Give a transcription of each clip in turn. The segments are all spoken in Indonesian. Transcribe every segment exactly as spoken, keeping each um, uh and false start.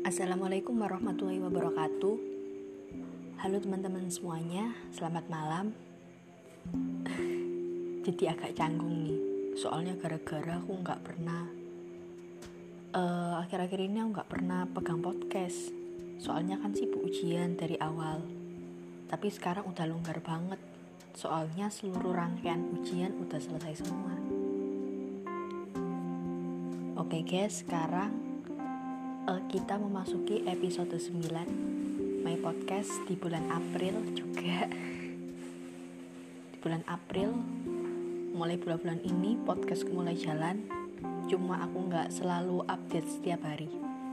Assalamualaikum warahmatullahi wabarakatuh. Halo teman-teman semuanya, selamat malam. Jadi agak canggung nih, soalnya gara-gara aku gak pernah uh, Akhir-akhir ini aku gak pernah pegang podcast. Soalnya kan sibuk ujian dari awal. Tapi sekarang udah longgar banget, soalnya seluruh rangkaian ujian udah selesai semua. Oke guys, sekarang uh, kita memasuki episode sembilan My Podcast di bulan April juga. Di bulan April, mulai bulan-bulan ini podcast mulai jalan. Cuma aku gak selalu update setiap hari.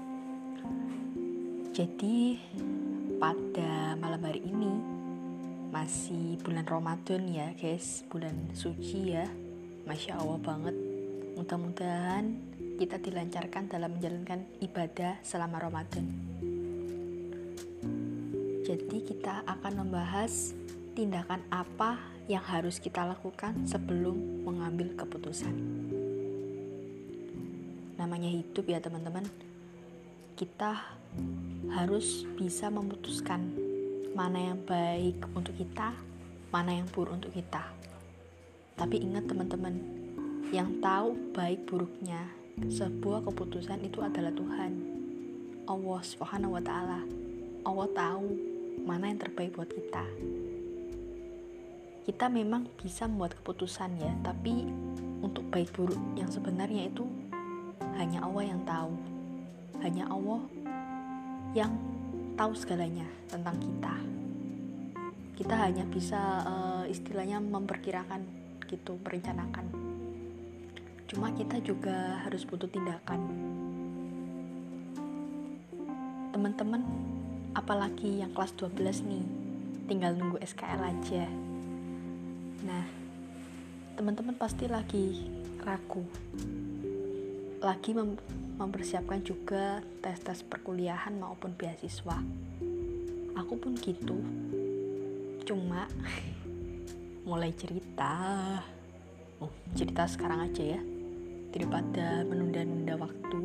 Jadi pada malam hari ini masih bulan Ramadan ya guys, bulan suci ya. Masya Allah banget. Mudah-mudahan kita dilancarkan dalam menjalankan ibadah selama Ramadan. Jadi kita akan membahas tindakan apa yang harus kita lakukan sebelum mengambil keputusan. Namanya hidup ya teman-teman. Kita harus bisa memutuskan mana yang baik untuk kita, mana yang buruk untuk kita. Tapi ingat teman-teman, yang tahu baik buruknya sebuah keputusan itu adalah Tuhan, Allah Subhanahu wa Ta'ala. Allah tahu mana yang terbaik buat kita. Kita memang bisa membuat keputusan ya, tapi untuk baik buruk yang sebenarnya itu hanya Allah yang tahu. Hanya Allah yang tahu segalanya tentang kita. Kita hanya bisa uh, istilahnya memperkirakan gitu, merencanakan. Cuma kita juga harus butuh tindakan. Teman-teman, apalagi yang kelas dua belas nih, tinggal nunggu S K L aja. Nah, teman-teman pasti lagi ragu, lagi mem- mempersiapkan juga tes-tes perkuliahan maupun beasiswa. Aku pun gitu. Cuma mulai cerita, oh cerita sekarang aja ya, daripada menunda-nunda waktu.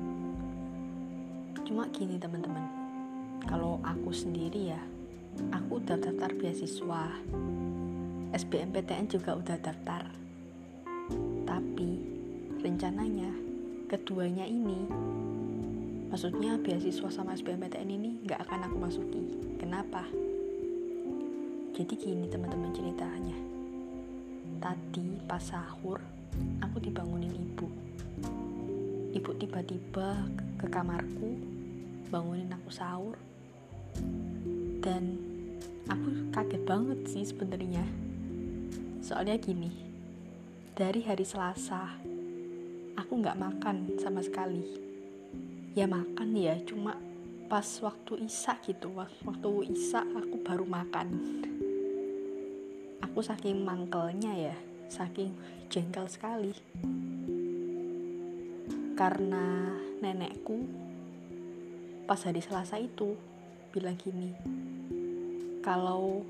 Cuma gini teman-teman, kalau aku sendiri ya, aku udah daftar beasiswa, S B M P T N juga udah daftar. Tapi rencananya keduanya ini, maksudnya beasiswa sama S B M P T N ini gak akan aku masuki. Kenapa? Jadi gini teman-teman ceritanya. Tadi pas sahur aku dibangunin ibu. Ibu tiba-tiba ke kamarku, bangunin aku sahur. Dan aku kaget banget sih sebenarnya. Soalnya gini, dari hari Selasa aku nggak makan sama sekali. Ya makan ya, cuma pas waktu Isya gitu. Waktu Isya aku baru makan. Aku saking mangkelnya ya, saking jengkel sekali. Karena nenekku pas hari Selasa itu bilang gini, kalau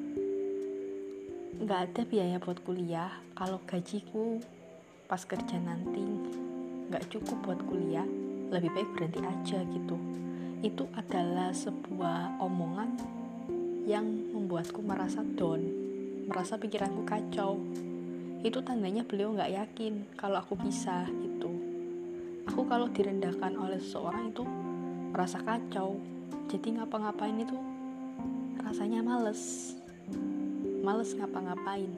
gak ada biaya buat kuliah, kalau gajiku pas kerja nanti gak cukup buat kuliah, lebih baik berhenti aja gitu. Itu adalah sebuah omongan yang membuatku merasa down, merasa pikiranku kacau. Itu tandanya beliau gak yakin kalau aku bisa gitu. Aku kalau direndahkan oleh seseorang itu merasa kacau. Jadi ngapa-ngapain itu rasanya males. Males ngapa-ngapain.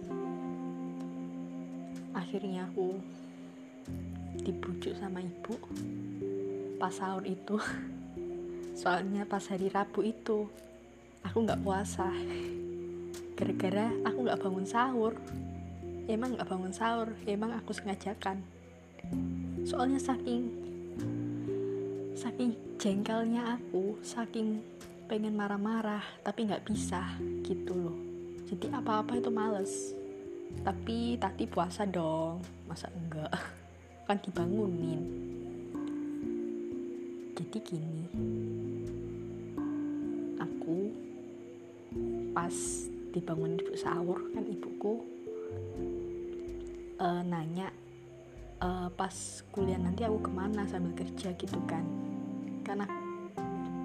Akhirnya aku dibujuk sama ibu pas sahur itu. Soalnya pas hari Rabu itu aku gak puasa. Gara-gara aku gak bangun sahur. Emang gak bangun sahur, emang aku sengajakan. Soalnya saking Saking jengkelnya aku, saking pengen marah-marah tapi gak bisa gitu loh. Jadi apa-apa itu males. Tapi tadi puasa dong, masa enggak? Kan dibangunin. Jadi gini, aku pas dibangunin ibu sahur, kan ibuku uh, nanya uh, pas kuliah nanti aku kemana sambil kerja gitu kan. Karena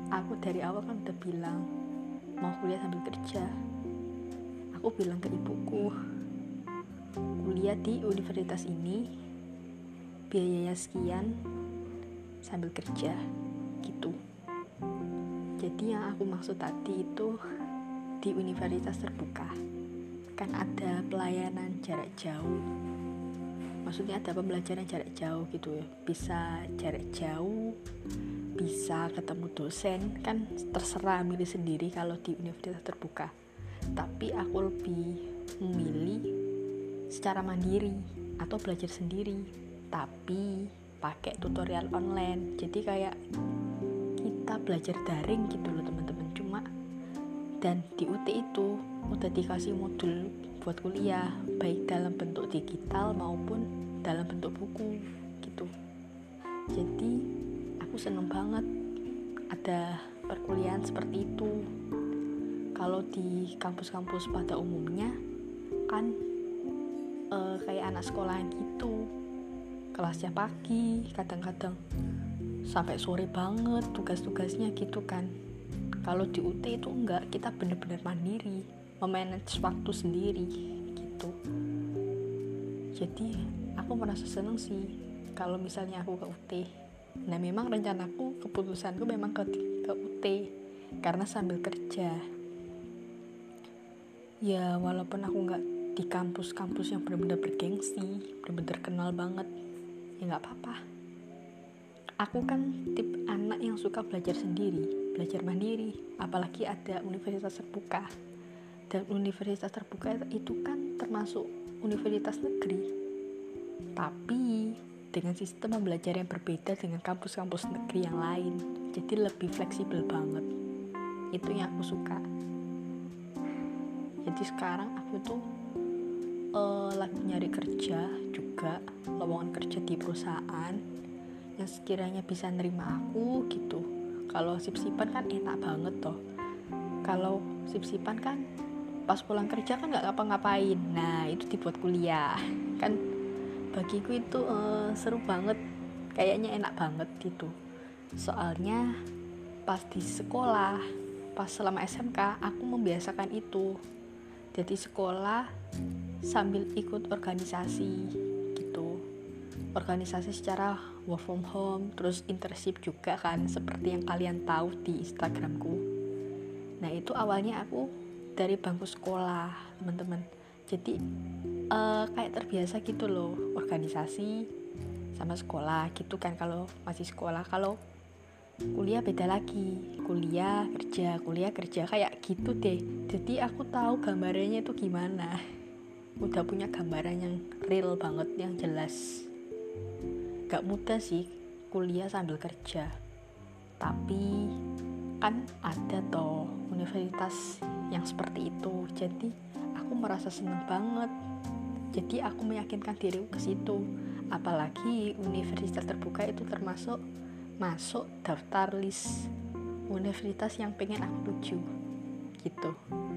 aku dari awal kan udah bilang mau kuliah sambil kerja. Aku bilang ke ibuku, kuliah di universitas ini biayanya sekian sambil kerja gitu. Jadi yang aku maksud tadi itu di universitas terbuka kan ada pelayanan jarak jauh, maksudnya ada pembelajaran jarak jauh gitu ya, bisa jarak jauh, bisa ketemu dosen, kan terserah milih sendiri kalau di universitas terbuka. Tapi aku lebih memilih secara mandiri atau belajar sendiri, tapi pakai tutorial online. Jadi kayak kita belajar daring gitu loh teman-teman. Cuma dan di U T itu udah dikasih modul buat kuliah, baik dalam bentuk digital maupun dalam bentuk buku gitu. Jadi aku seneng banget ada perkuliahan seperti itu. Kalau di kampus-kampus pada umumnya kan e, kayak anak sekolah gitu, kelasnya pagi, kadang-kadang sampai sore banget tugas-tugasnya gitu kan. Kalau di U T itu enggak, kita benar-benar mandiri, memanage waktu sendiri gitu. Jadi aku merasa seneng sih kalau misalnya aku ke U T. Nah memang rencanaku, keputusanku memang ke, ke U T karena sambil kerja. Ya walaupun aku enggak di kampus-kampus yang benar-benar bergengsi, benar-benar kenal banget, ya enggak apa-apa. Aku kan tip anak yang suka belajar sendiri, belajar mandiri, apalagi ada universitas terbuka. Dan universitas terbuka itu kan termasuk universitas negeri, tapi dengan sistem pembelajaran yang berbeda dengan kampus-kampus negeri yang lain. Jadi lebih fleksibel banget. Itu yang aku suka. Jadi sekarang aku tuh uh, lagi nyari kerja juga, lowongan kerja di perusahaan yang sekiranya bisa nerima aku gitu. Kalau sip-sipan kan enak banget toh. Kalau sip-sipan kan pas pulang kerja kan nggak ngapa-ngapain. Nah itu dibuat kuliah kan, bagiku itu uh, seru banget, kayaknya enak banget gitu. Soalnya pas di sekolah, pas selama S M K aku membiasakan itu. Jadi sekolah sambil ikut organisasi gitu, organisasi secara work from home, terus internship juga kan, seperti yang kalian tahu di Instagramku. Nah itu awalnya aku dari bangku sekolah teman-teman. Jadi uh, kayak terbiasa gitu loh, organisasi sama sekolah gitu kan kalau masih sekolah. Kalau kuliah beda lagi, kuliah kerja, kuliah kerja kayak gitu deh. Jadi aku tahu gambarannya itu gimana, udah punya gambaran yang real banget, yang jelas. Gak mudah sih kuliah sambil kerja, tapi kan ada toh universitas yang seperti itu. Jadi aku merasa seneng banget. Jadi aku meyakinkan diriku ke situ. Apalagi universitas terbuka itu termasuk masuk daftar list universitas yang pengen aku tuju gitu.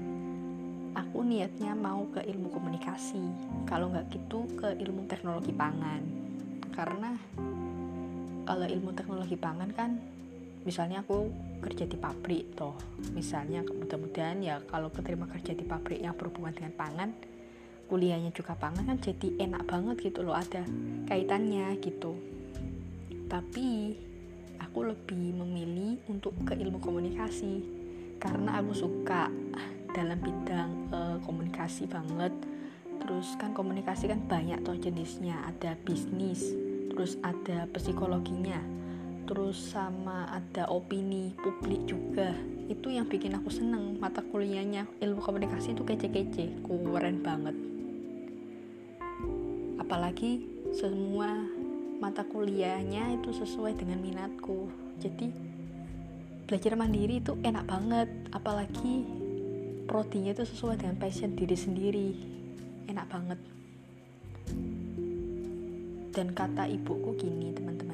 Aku niatnya mau ke ilmu komunikasi, kalau nggak gitu ke ilmu teknologi pangan. Karena kalau ilmu teknologi pangan kan, misalnya aku kerja di pabrik toh, misalnya mudah-mudahan ya kalau keterima kerja di pabrik yang berhubungan dengan pangan, kuliahnya juga pangan kan, jadi enak banget gitu loh, ada kaitannya gitu. Tapi aku lebih memilih untuk ke ilmu komunikasi karena aku suka dalam bidang uh, komunikasi banget. Terus kan komunikasi kan banyak toh jenisnya, ada bisnis, terus ada psikologinya, terus sama ada opini publik juga. Itu yang bikin aku seneng mata kuliahnya. Ilmu komunikasi itu kece-kece, keren banget. Apalagi semua mata kuliahnya itu sesuai dengan minatku. Jadi belajar mandiri itu enak banget, apalagi prodinya itu sesuai dengan passion diri sendiri, enak banget. Dan kata ibuku gini teman-teman,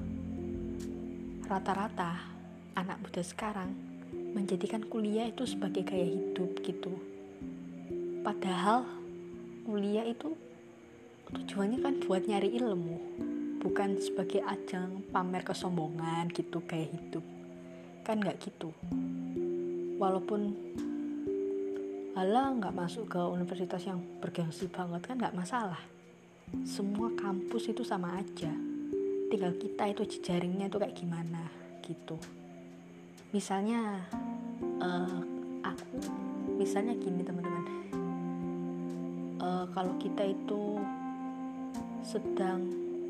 rata-rata anak muda sekarang menjadikan kuliah itu sebagai gaya hidup gitu. Padahal kuliah itu tujuannya kan buat nyari ilmu, bukan sebagai ajang pamer kesombongan gitu, gaya hidup. kan nggak gitu. Walaupun alah nggak masuk ke universitas yang bergengsi banget kan nggak masalah, semua kampus itu sama aja, tinggal kita itu jejaringnya itu kayak gimana gitu. Misalnya uh, aku misalnya gini teman-teman, uh, kalau kita itu sedang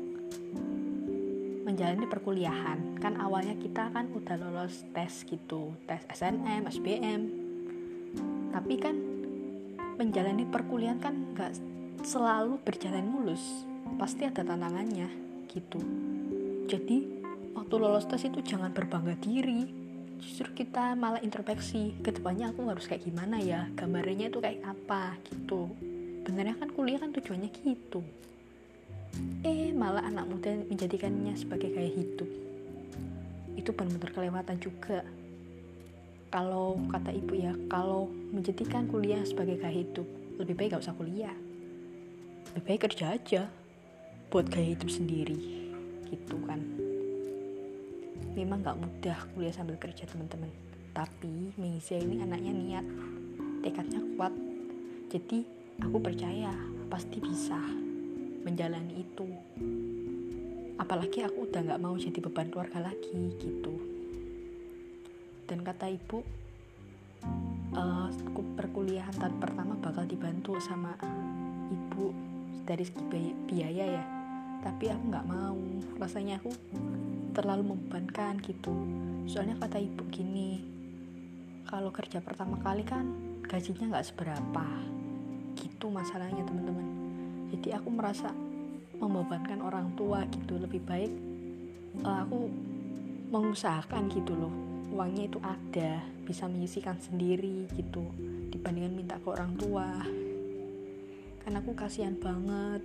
menjalani perkuliahan, kan awalnya kita kan udah lolos tes gitu, tes S N M, S B M, tapi kan menjalani perkuliahan kan gak selalu berjalan mulus, pasti ada tantangannya gitu. Jadi waktu lolos tes itu jangan berbangga diri, justru kita malah introspeksi, kedepannya aku harus kayak gimana ya, gambarnya itu kayak apa gitu. Benernya kan kuliah kan tujuannya gitu, eh malah anak muda menjadikannya sebagai gaya hidup. Itu benar-benar kelewatan juga. Kalau kata ibu ya, kalau menjadikan kuliah sebagai gaya hidup, lebih baik gak usah kuliah, lebih baik kerja aja buat gaya hidup sendiri gitu kan. Memang gak mudah kuliah sambil kerja teman-teman, tapi Meiza ini anaknya niat, tekadnya kuat, jadi aku percaya pasti bisa menjalani itu. Apalagi aku udah gak mau jadi beban keluarga lagi gitu. Dan kata ibu, uh, perkuliahan tahun pertama bakal dibantu sama ibu dari segi biaya ya, tapi aku gak mau, rasanya aku terlalu membebankan gitu. Soalnya kata ibu gini, kalau kerja pertama kali kan gajinya gak seberapa gitu masalahnya teman-teman. Jadi aku merasa membebankan orang tua gitu. Lebih baik uh, aku mengusahakan gitu loh, uangnya itu ada, bisa menyisihkan sendiri gitu, dibandingkan minta ke orang tua. Kan aku kasihan banget,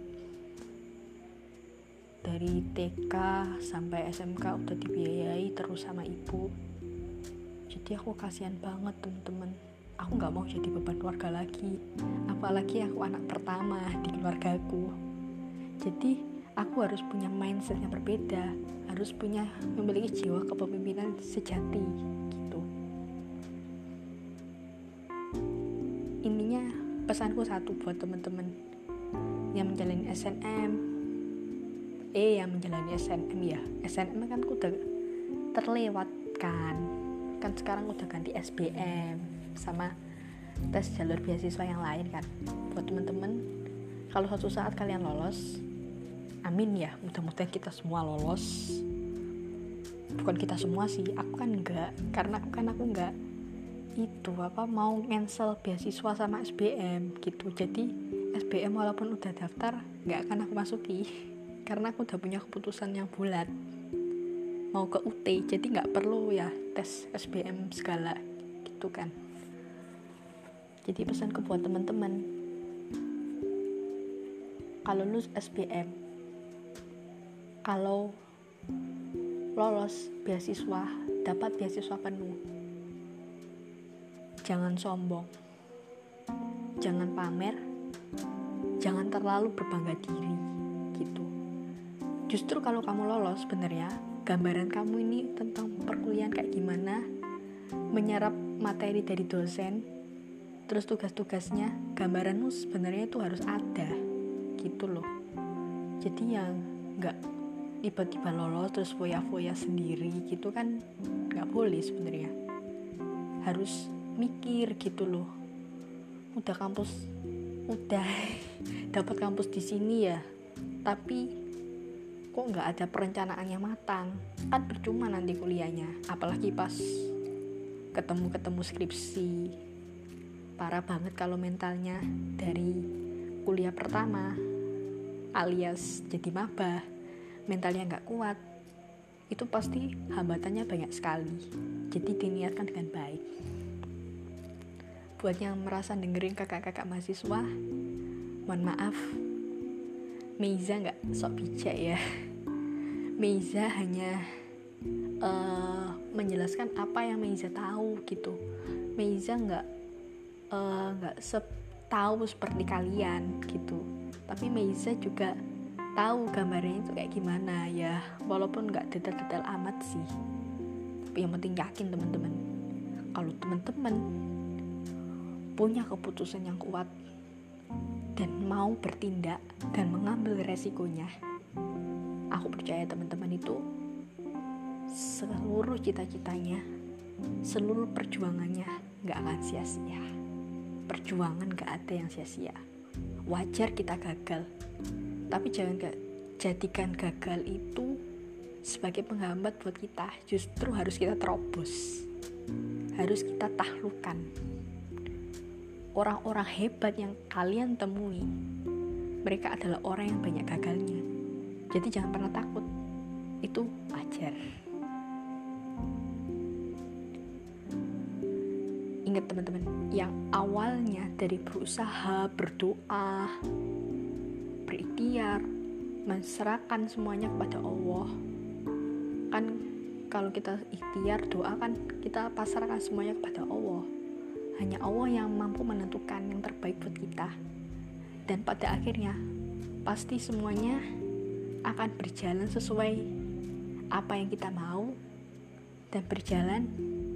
dari T K sampai S M K udah dibiayai terus sama ibu. Jadi aku kasihan banget teman-teman. Aku gak mau jadi beban keluarga lagi, apalagi aku anak pertama di keluargaku. Jadi aku harus punya mindset yang berbeda, harus punya memiliki jiwa kepemimpinan sejati gitu. Intinya pesanku satu buat teman-teman yang menjalani S N M, eh yang menjalani S N M ya, S N M kan udah terlewatkan, kan sekarang udah ganti S B M sama tes jalur beasiswa yang lain kan. Buat teman-teman, kalau suatu saat kalian lolos, amin ya, mudah-mudahan kita semua lolos. Bukan kita semua sih, aku kan enggak, karena aku kan aku enggak itu apa mau cancel beasiswa sama S B M gitu. Jadi S B M walaupun udah daftar enggak akan aku masuki, karena aku udah punya keputusan yang bulat mau ke U T, jadi enggak perlu ya tes S B M segala gitu kan. Jadi pesanku buat teman-teman, kalau lulus S B M, kalau lolos beasiswa, dapat beasiswa penuh, jangan sombong, jangan pamer, jangan terlalu berbangga diri gitu. Justru kalau kamu lolos, sebenarnya gambaran kamu ini tentang perkuliahan kayak gimana, menyerap materi dari dosen, terus tugas-tugasnya, gambaranmu sebenarnya itu harus ada gitu loh. Jadi yang nggak tiba-tiba lolos terus foya-foya sendiri gitu kan nggak boleh sebenarnya. Harus mikir gitu loh. Udah kampus, udah dapat kampus di sini ya, tapi kok nggak ada perencanaan yang matang, kan percuma nanti kuliahnya. Apalagi pas ketemu-ketemu skripsi, parah banget kalau mentalnya dari kuliah pertama alias jadi maba mentalnya nggak kuat, itu pasti hambatannya banyak sekali. Jadi diniatkan dengan baik. Buat yang merasa dengerin kakak-kakak mahasiswa, mohon maaf, Meiza nggak sok bijak ya. Meiza hanya uh, menjelaskan apa yang Meiza tahu gitu. Meiza nggak nggak uh, tahu seperti kalian gitu, tapi Meiza juga tahu gambarnya itu kayak gimana ya, walaupun nggak detail-detail amat sih. Yang penting yakin teman-teman. Kalau teman-teman punya keputusan yang kuat dan mau bertindak dan mengambil resikonya, aku percaya teman-teman itu seluruh cita-citanya, seluruh perjuangannya gak akan sia-sia. Perjuangan gak ada yang sia-sia. Wajar kita gagal, tapi jangan gak jadikan gagal itu sebagai penghambat buat kita. Justru harus kita terobos, harus kita taklukkan. Orang-orang hebat yang kalian temui, mereka adalah orang yang banyak gagalnya. Jadi jangan pernah takut, itu wajar. Ingat teman-teman, yang awalnya dari berusaha, berdoa, berikhtiar, menserahkan semuanya kepada Allah. Kan kalau kita ikhtiar, doa kan kita pasrahkan semuanya kepada Allah. Hanya Allah yang mampu menentukan yang terbaik buat kita. Dan pada akhirnya pasti semuanya akan berjalan sesuai apa yang kita mau dan berjalan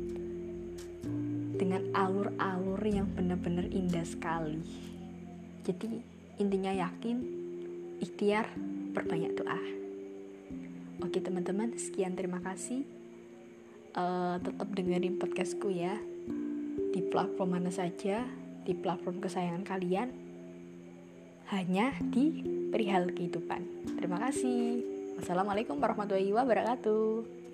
dengan alur-alur yang benar-benar indah sekali. Jadi intinya yakin, ikhtiar, perbanyak doa. Oke teman-teman, sekian, terima kasih. Uh, tetap dengerin podcastku ya, di platform mana saja, di platform kesayangan kalian, hanya di perihal kehidupan. Terima kasih. Wassalamualaikum warahmatullahi wabarakatuh.